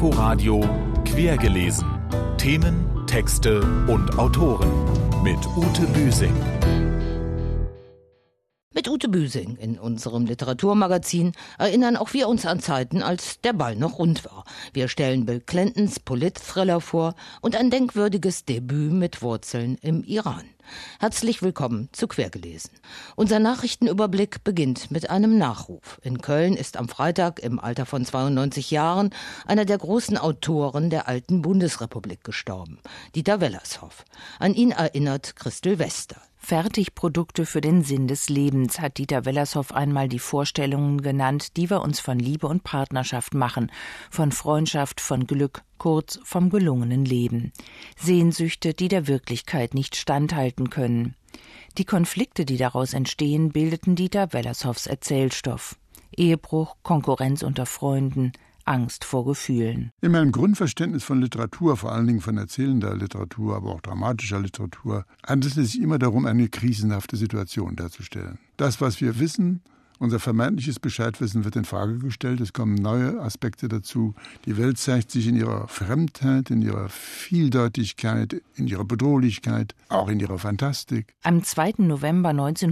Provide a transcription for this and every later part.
Inforadio Quergelesen. Themen, Texte und Autoren mit Ute Büsing. Mit Ute Büsing in unserem Literaturmagazin erinnern auch wir uns an Zeiten, als der Ball noch rund war. Wir stellen Bill Clintons Polit-Thriller vor und ein denkwürdiges Debüt mit Wurzeln im Iran. Herzlich willkommen zu Quergelesen. Unser Nachrichtenüberblick beginnt mit einem Nachruf. In Köln ist am Freitag im Alter von 92 Jahren einer der großen Autoren der alten Bundesrepublik gestorben, Dieter Wellershoff. An ihn erinnert Christel Wester. Fertigprodukte für den Sinn des Lebens hat Dieter Wellershoff einmal die Vorstellungen genannt, die wir uns von Liebe und Partnerschaft machen, von Freundschaft, von Glück, kurz vom gelungenen Leben. Sehnsüchte, die der Wirklichkeit nicht standhalten können. Die Konflikte, die daraus entstehen, bildeten Dieter Wellershoffs Erzählstoff. Ehebruch, Konkurrenz unter Freunden, Angst vor Gefühlen. In meinem Grundverständnis von Literatur, vor allen Dingen von erzählender Literatur, aber auch dramatischer Literatur, handelt es sich immer darum, eine krisenhafte Situation darzustellen. Das, was wir wissen, unser vermeintliches Bescheidwissen wird in Frage gestellt, es kommen neue Aspekte dazu. Die Welt zeigt sich in ihrer Fremdheit, in ihrer Vieldeutigkeit, in ihrer Bedrohlichkeit, auch in ihrer Fantastik. Am 2. November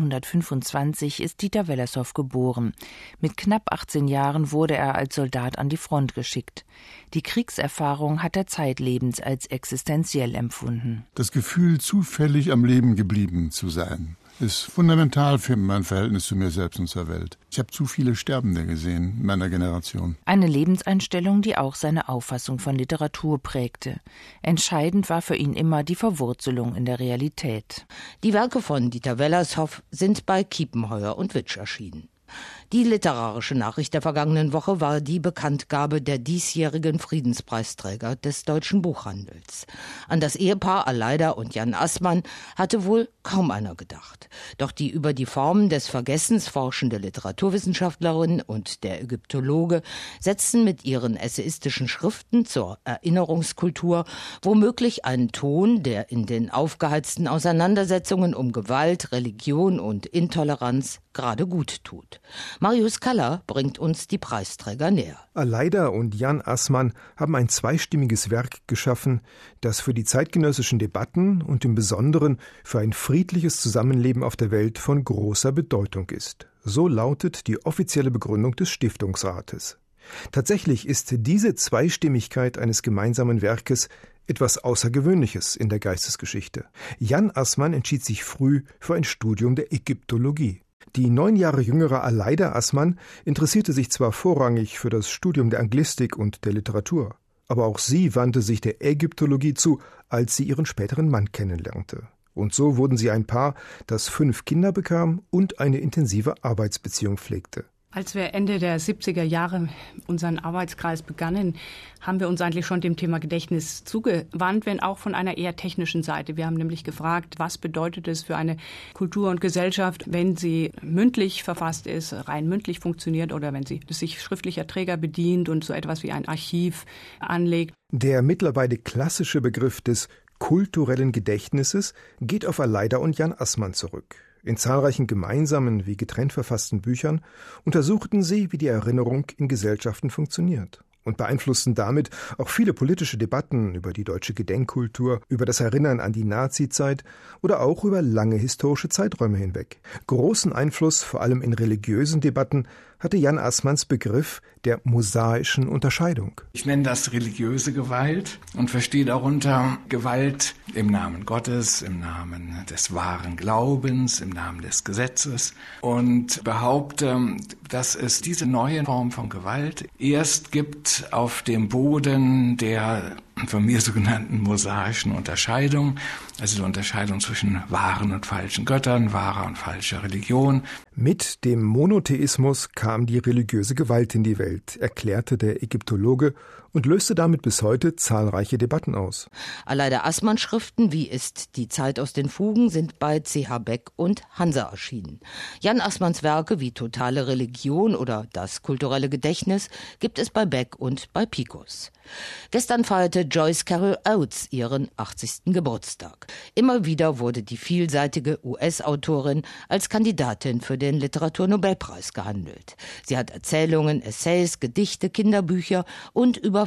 1925 ist Dieter Wellershoff geboren. Mit knapp 18 Jahren wurde er als Soldat an die Front geschickt. Die Kriegserfahrung hat er zeitlebens als existenziell empfunden. Das Gefühl, zufällig am Leben geblieben zu sein, ist fundamental für mein Verhältnis zu mir selbst und zur Welt. Ich habe zu viele Sterbende gesehen in meiner Generation. Eine Lebenseinstellung, die auch seine Auffassung von Literatur prägte. Entscheidend war für ihn immer die Verwurzelung in der Realität. Die Werke von Dieter Wellershoff sind bei Kiepenheuer und Witsch erschienen. Die literarische Nachricht der vergangenen Woche war die Bekanntgabe der diesjährigen Friedenspreisträger des deutschen Buchhandels. An das Ehepaar Aleida und Jan Assmann hatte wohl kaum einer gedacht. Doch die über die Formen des Vergessens forschende Literaturwissenschaftlerin und der Ägyptologe setzten mit ihren essayistischen Schriften zur Erinnerungskultur womöglich einen Ton, der in den aufgeheizten Auseinandersetzungen um Gewalt, Religion und Intoleranz gerade gut tut. Marius Kaller bringt uns die Preisträger näher. Aleida und Jan Assmann haben ein zweistimmiges Werk geschaffen, das für die zeitgenössischen Debatten und im Besonderen für ein friedliches Zusammenleben auf der Welt von großer Bedeutung ist. So lautet die offizielle Begründung des Stiftungsrates. Tatsächlich ist diese Zweistimmigkeit eines gemeinsamen Werkes etwas Außergewöhnliches in der Geistesgeschichte. Jan Assmann entschied sich früh für ein Studium der Ägyptologie. Die 9 Jahre jüngere Aleida Assmann interessierte sich zwar vorrangig für das Studium der Anglistik und der Literatur, aber auch sie wandte sich der Ägyptologie zu, als sie ihren späteren Mann kennenlernte. Und so wurden sie ein Paar, das 5 Kinder bekam und eine intensive Arbeitsbeziehung pflegte. Als wir Ende der 70er Jahre unseren Arbeitskreis begannen, haben wir uns eigentlich schon dem Thema Gedächtnis zugewandt, wenn auch von einer eher technischen Seite. Wir haben nämlich gefragt, was bedeutet es für eine Kultur und Gesellschaft, wenn sie mündlich verfasst ist, rein mündlich funktioniert oder wenn sie sich schriftlicher Träger bedient und so etwas wie ein Archiv anlegt. Der mittlerweile klassische Begriff des kulturellen Gedächtnisses geht auf Aleida und Jan Assmann zurück. In zahlreichen gemeinsamen wie getrennt verfassten Büchern untersuchten sie, wie die Erinnerung in Gesellschaften funktioniert und beeinflussten damit auch viele politische Debatten über die deutsche Gedenkkultur, über das Erinnern an die Nazizeit oder auch über lange historische Zeiträume hinweg. Großen Einfluss, vor allem in religiösen Debatten, hatte Jan Assmanns Begriff der mosaischen Unterscheidung. Ich nenne das religiöse Gewalt und verstehe darunter Gewalt im Namen Gottes, im Namen des wahren Glaubens, im Namen des Gesetzes und behaupte, dass es diese neue Form von Gewalt erst gibt auf dem Boden der von mir sogenannten mosaischen Unterscheidung, also die Unterscheidung zwischen wahren und falschen Göttern, wahrer und falscher Religion. Mit dem Monotheismus kam die religiöse Gewalt in die Welt, erklärte der Ägyptologe und löste damit bis heute zahlreiche Debatten aus. Aleida Assmanns Schriften wie Ist die Zeit aus den Fugen sind bei C.H. Beck und Hansa erschienen. Jan Assmanns Werke wie Totale Religion oder Das kulturelle Gedächtnis gibt es bei Beck und bei Picus. Gestern feierte Joyce Carol Oates ihren 80. Geburtstag. Immer wieder wurde die vielseitige US-Autorin als Kandidatin für den Literaturnobelpreis gehandelt. Sie hat Erzählungen, Essays, Gedichte, Kinderbücher und über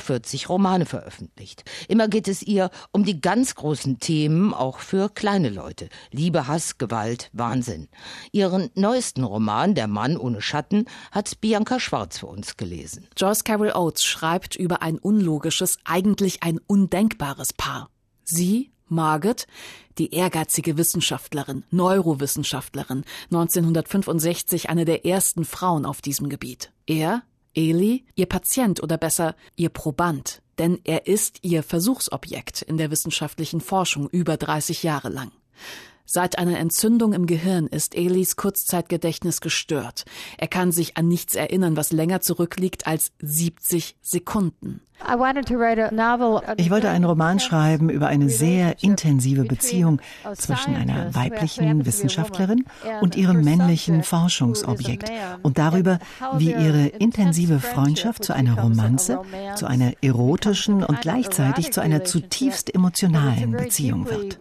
40 Romane veröffentlicht. Immer geht es ihr um die ganz großen Themen, auch für kleine Leute. Liebe, Hass, Gewalt, Wahnsinn. Ihren neuesten Roman, Der Mann ohne Schatten, hat Bianca Schwarz für uns gelesen. Joyce Carol Oates schreibt über ein unlogisches, eigentlich ein undenkbares Paar. Sie, Margaret, die ehrgeizige Wissenschaftlerin, Neurowissenschaftlerin, 1965 eine der ersten Frauen auf diesem Gebiet. Er, Eli, ihr Patient oder besser ihr Proband, denn er ist ihr Versuchsobjekt in der wissenschaftlichen Forschung über 30 Jahre lang. Seit einer Entzündung im Gehirn ist Elis Kurzzeitgedächtnis gestört. Er kann sich an nichts erinnern, was länger zurückliegt als 70 Sekunden. Ich wollte einen Roman schreiben über eine sehr intensive Beziehung zwischen einer weiblichen Wissenschaftlerin und ihrem männlichen Forschungsobjekt und darüber, wie ihre intensive Freundschaft zu einer Romanze, zu einer erotischen und gleichzeitig zu einer zutiefst emotionalen Beziehung wird.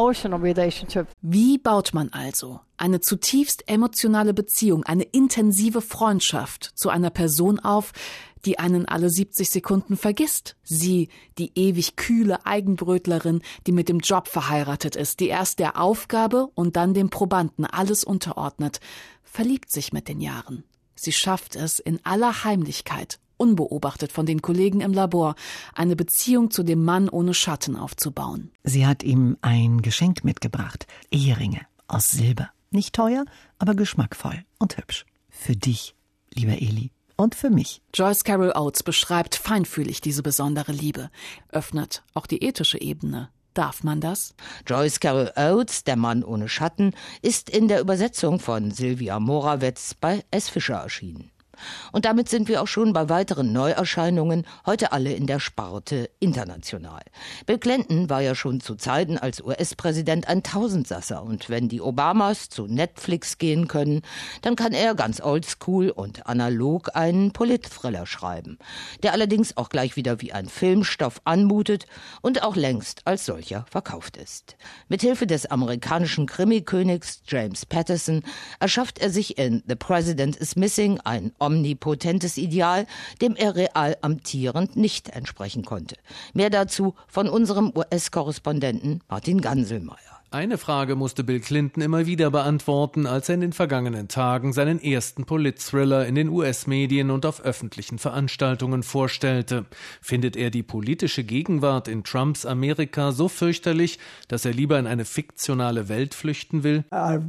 Wie baut man also eine zutiefst emotionale Beziehung, eine intensive Freundschaft zu einer Person auf, die einen alle 70 Sekunden vergisst? Sie, die ewig kühle Eigenbrötlerin, die mit dem Job verheiratet ist, die erst der Aufgabe und dann dem Probanden alles unterordnet, verliebt sich mit den Jahren. Sie schafft es in aller Heimlichkeit, unbeobachtet von den Kollegen im Labor, eine Beziehung zu dem Mann ohne Schatten aufzubauen. Sie hat ihm ein Geschenk mitgebracht, Eheringe aus Silber. Nicht teuer, aber geschmackvoll und hübsch. Für dich, lieber Eli. Und für mich. Joyce Carol Oates beschreibt feinfühlig diese besondere Liebe, öffnet auch die ethische Ebene. Darf man das? Joyce Carol Oates, Der Mann ohne Schatten, ist in der Übersetzung von Silvia Morawetz bei S. Fischer erschienen. Und damit sind wir auch schon bei weiteren Neuerscheinungen, heute alle in der Sparte international. Bill Clinton war ja schon zu Zeiten als US-Präsident ein Tausendsasser. Und wenn die Obamas zu Netflix gehen können, dann kann er ganz oldschool und analog einen Polit-Thriller schreiben, der allerdings auch gleich wieder wie ein Filmstoff anmutet und auch längst als solcher verkauft ist. Mithilfe des amerikanischen Krimikönigs James Patterson erschafft er sich in The President is Missing ein omnipotentes Ideal, dem er real amtierend nicht entsprechen konnte. Mehr dazu von unserem US-Korrespondenten Martin Ganselmeier. Eine Frage musste Bill Clinton immer wieder beantworten, als er in den vergangenen Tagen seinen ersten Polit-Thriller in den US-Medien und auf öffentlichen Veranstaltungen vorstellte. Findet er die politische Gegenwart in Trumps Amerika so fürchterlich, dass er lieber in eine fiktionale Welt flüchten will?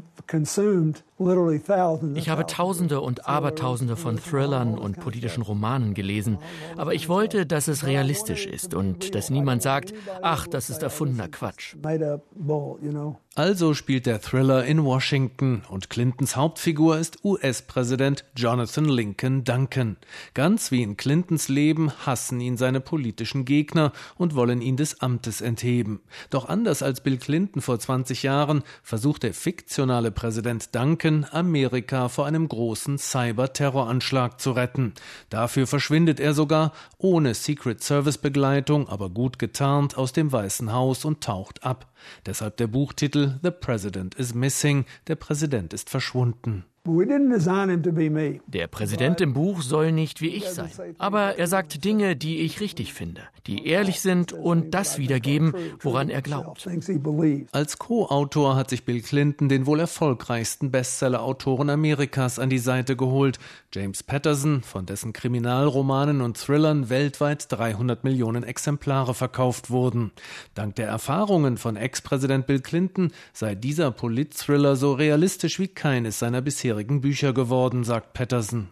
Ich habe Tausende und Abertausende von Thrillern und politischen Romanen gelesen, aber ich wollte, dass es realistisch ist und dass niemand sagt, ach, das ist erfundener Quatsch. Also spielt der Thriller in Washington und Clintons Hauptfigur ist US-Präsident Jonathan Lincoln Duncan. Ganz wie in Clintons Leben hassen ihn seine politischen Gegner und wollen ihn des Amtes entheben. Doch anders als Bill Clinton vor 20 Jahren versucht der fiktionale Präsident Duncan, Amerika vor einem großen Cyber-Terroranschlag zu retten. Dafür verschwindet er sogar ohne Secret-Service-Begleitung, aber gut getarnt aus dem Weißen Haus und taucht ab. Deshalb der Buchtitel The President is Missing, der Präsident ist verschwunden. Der Präsident im Buch soll nicht wie ich sein, aber er sagt Dinge, die ich richtig finde, die ehrlich sind und das wiedergeben, woran er glaubt. Als Co-Autor hat sich Bill Clinton den wohl erfolgreichsten Bestseller-Autoren Amerikas an die Seite geholt, James Patterson, von dessen Kriminalromanen und Thrillern weltweit 300 Millionen Exemplare verkauft wurden. Dank der Erfahrungen von Ex-Präsident Bill Clinton sei dieser Polit-Thriller so realistisch wie keines seiner bisherigen Bücher geworden, sagt Patterson.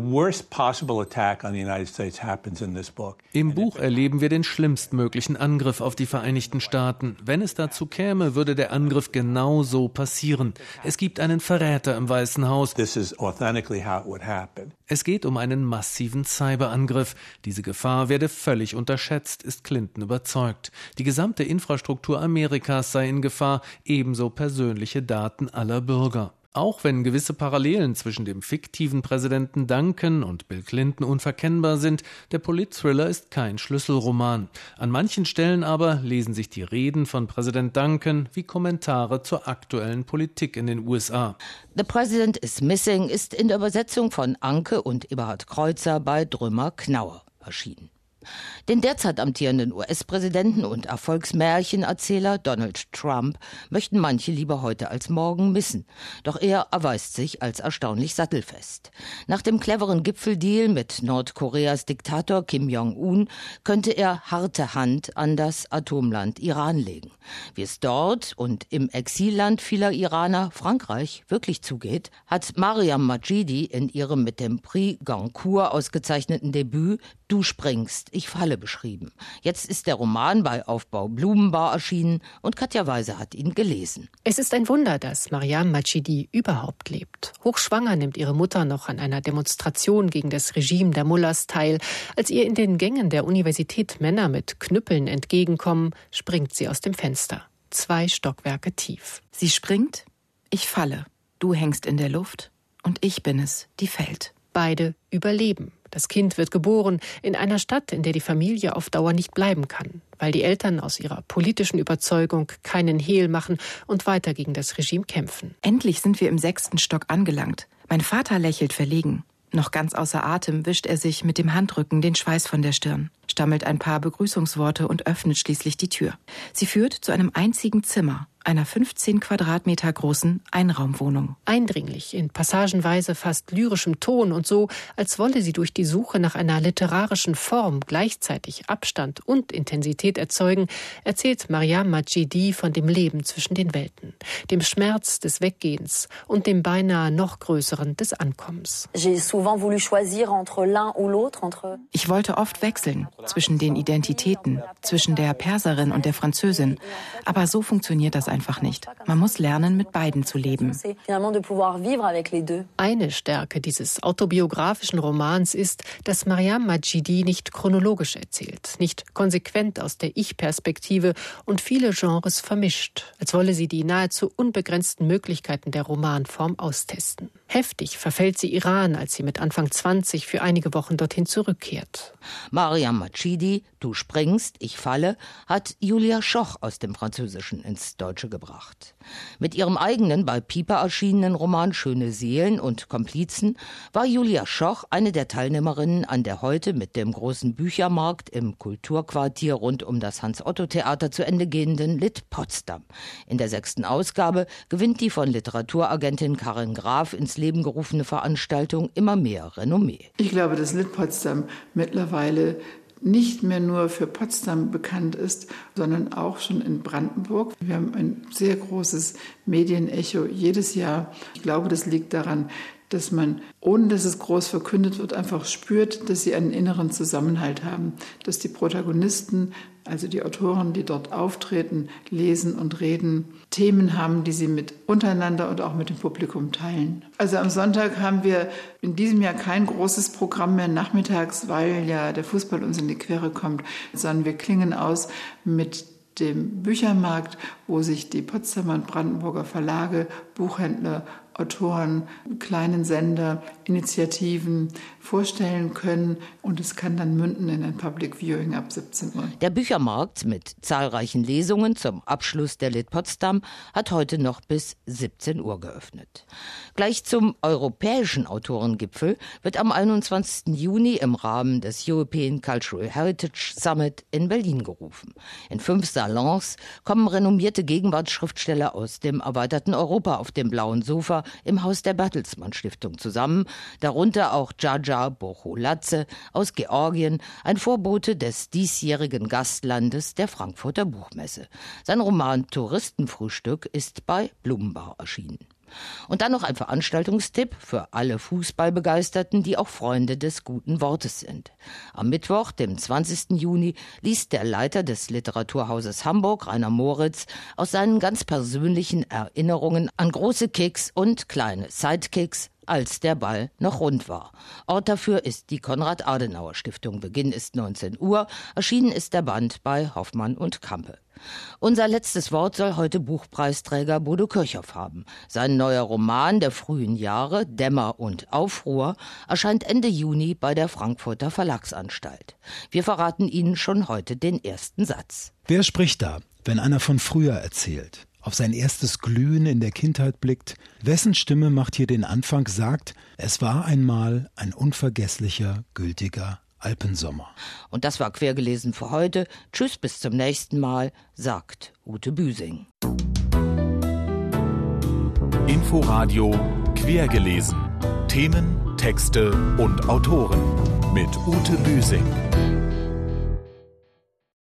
Im Buch erleben wir den schlimmstmöglichen Angriff auf die Vereinigten Staaten. Wenn es dazu käme, würde der Angriff genau so passieren. Es gibt einen Verräter im Weißen Haus. Es geht um einen massiven Cyberangriff. Diese Gefahr werde völlig unterschätzt, ist Clinton überzeugt. Die gesamte Infrastruktur Amerikas sei in Gefahr, ebenso persönliche Daten aller Bürger. Auch wenn gewisse Parallelen zwischen dem fiktiven Präsidenten Duncan und Bill Clinton unverkennbar sind, der Polit-Thriller ist kein Schlüsselroman. An manchen Stellen aber lesen sich die Reden von Präsident Duncan wie Kommentare zur aktuellen Politik in den USA. The President is Missing ist in der Übersetzung von Anke und Eberhard Kreuzer bei Drömer Knauer erschienen. Den derzeit amtierenden US-Präsidenten und Erfolgsmärchenerzähler Donald Trump möchten manche lieber heute als morgen missen. Doch er erweist sich als erstaunlich sattelfest. Nach dem cleveren Gipfeldeal mit Nordkoreas Diktator Kim Jong-un könnte er harte Hand an das Atomland Iran legen. Wie es dort und im Exilland vieler Iraner, Frankreich, wirklich zugeht, hat Mariam Majidi in ihrem mit dem Prix Goncourt ausgezeichneten Debüt »Du springst, ich falle« beschrieben. Jetzt ist der Roman bei Aufbau Blumenbar erschienen und Katja Weise hat ihn gelesen. Es ist ein Wunder, dass Mariam Majidi überhaupt lebt. Hochschwanger nimmt ihre Mutter noch an einer Demonstration gegen das Regime der Mullahs teil. Als ihr in den Gängen der Universität Männer mit Knüppeln entgegenkommen, springt sie aus dem Fenster. 2 Stockwerke tief. Sie springt, ich falle. Du hängst in der Luft und ich bin es, die fällt. Beide überleben. Das Kind wird geboren in einer Stadt, in der die Familie auf Dauer nicht bleiben kann, weil die Eltern aus ihrer politischen Überzeugung keinen Hehl machen und weiter gegen das Regime kämpfen. Endlich sind wir im 6. Stock angelangt. Mein Vater lächelt verlegen. Noch ganz außer Atem wischt er sich mit dem Handrücken den Schweiß von der Stirn, stammelt ein paar Begrüßungsworte und öffnet schließlich die Tür. Sie führt zu einem einzigen Zimmer, einer 15 Quadratmeter großen Einraumwohnung. Eindringlich, in passagenweise fast lyrischem Ton und so, als wolle sie durch die Suche nach einer literarischen Form gleichzeitig Abstand und Intensität erzeugen, erzählt Mariam Majidi von dem Leben zwischen den Welten, dem Schmerz des Weggehens und dem beinahe noch größeren des Ankommens. Ich wollte oft wechseln zwischen den Identitäten, zwischen der Perserin und der Französin, aber so funktioniert das einfach nicht. Man muss lernen, mit beiden zu leben. Eine Stärke dieses autobiografischen Romans ist, dass Mariam Majidi nicht chronologisch erzählt, nicht konsequent aus der Ich-Perspektive und viele Genres vermischt, als wolle sie die nahezu unbegrenzten Möglichkeiten der Romanform austesten. Heftig verfällt sie Iran, als sie mit Anfang 20 für einige Wochen dorthin zurückkehrt. Mariam Majidi, Du springst, ich falle, hat Julia Schoch aus dem Französischen ins Deutsche gebracht. Mit ihrem eigenen bei Piper erschienenen Roman Schöne Seelen und Komplizen war Julia Schoch eine der Teilnehmerinnen an der heute mit dem großen Büchermarkt im Kulturquartier rund um das Hans-Otto-Theater zu Ende gehenden Lit Potsdam. In der 6. Ausgabe gewinnt die von Literaturagentin Karin Graf ins Leben gerufene Veranstaltung immer mehr Renommee. Ich glaube, dass Lit Potsdam mittlerweile nicht mehr nur für Potsdam bekannt ist, sondern auch schon in Brandenburg. Wir haben ein sehr großes Medienecho jedes Jahr. Ich glaube, das liegt daran, dass man, ohne dass es groß verkündet wird, einfach spürt, dass sie einen inneren Zusammenhalt haben, dass die Protagonisten, also die Autoren, die dort auftreten, lesen und reden, Themen haben, die sie mit untereinander und auch mit dem Publikum teilen. Also am Sonntag haben wir in diesem Jahr kein großes Programm mehr nachmittags, weil ja der Fußball uns in die Quere kommt, sondern wir klingen aus mit dem Büchermarkt, wo sich die Potsdamer und Brandenburger Verlage, Buchhändler, Autoren, kleinen Sender, Initiativen vorstellen können. Und es kann dann münden in ein Public Viewing ab 17 Uhr. Der Büchermarkt mit zahlreichen Lesungen zum Abschluss der Lit Potsdam hat heute noch bis 17 Uhr geöffnet. Gleich zum europäischen Autorengipfel wird am 21. Juni im Rahmen des European Cultural Heritage Summit in Berlin gerufen. In 5 Salons kommen renommierte Gegenwartsschriftsteller aus dem erweiterten Europa auf dem blauen Sofa im Haus der Bertelsmann Stiftung zusammen, darunter auch Jaja Bocholatze aus Georgien, ein Vorbote des diesjährigen Gastlandes der Frankfurter Buchmesse. Sein Roman Touristenfrühstück ist bei Blumenbar erschienen. Und dann noch ein Veranstaltungstipp für alle Fußballbegeisterten, die auch Freunde des guten Wortes sind. Am Mittwoch, dem 20. Juni, liest der Leiter des Literaturhauses Hamburg, Rainer Moritz, aus seinen ganz persönlichen Erinnerungen an große Kicks und kleine Sidekicks, als der Ball noch rund war. Ort dafür ist die Konrad-Adenauer-Stiftung. Beginn ist 19 Uhr. Erschienen ist der Band bei Hoffmann und Campe. Unser letztes Wort soll heute Buchpreisträger Bodo Kirchhoff haben. Sein neuer Roman der frühen Jahre, Dämmer und Aufruhr, erscheint Ende Juni bei der Frankfurter Verlagsanstalt. Wir verraten Ihnen schon heute den ersten Satz. Wer spricht da, wenn einer von früher erzählt? Auf sein erstes Glühen in der Kindheit blickt, wessen Stimme macht hier den Anfang, sagt, es war einmal ein unvergesslicher, gültiger Alpensommer. Und das war Quergelesen für heute. Tschüss, bis zum nächsten Mal, sagt Ute Büsing. Inforadio Quergelesen. Themen, Texte und Autoren mit Ute Büsing.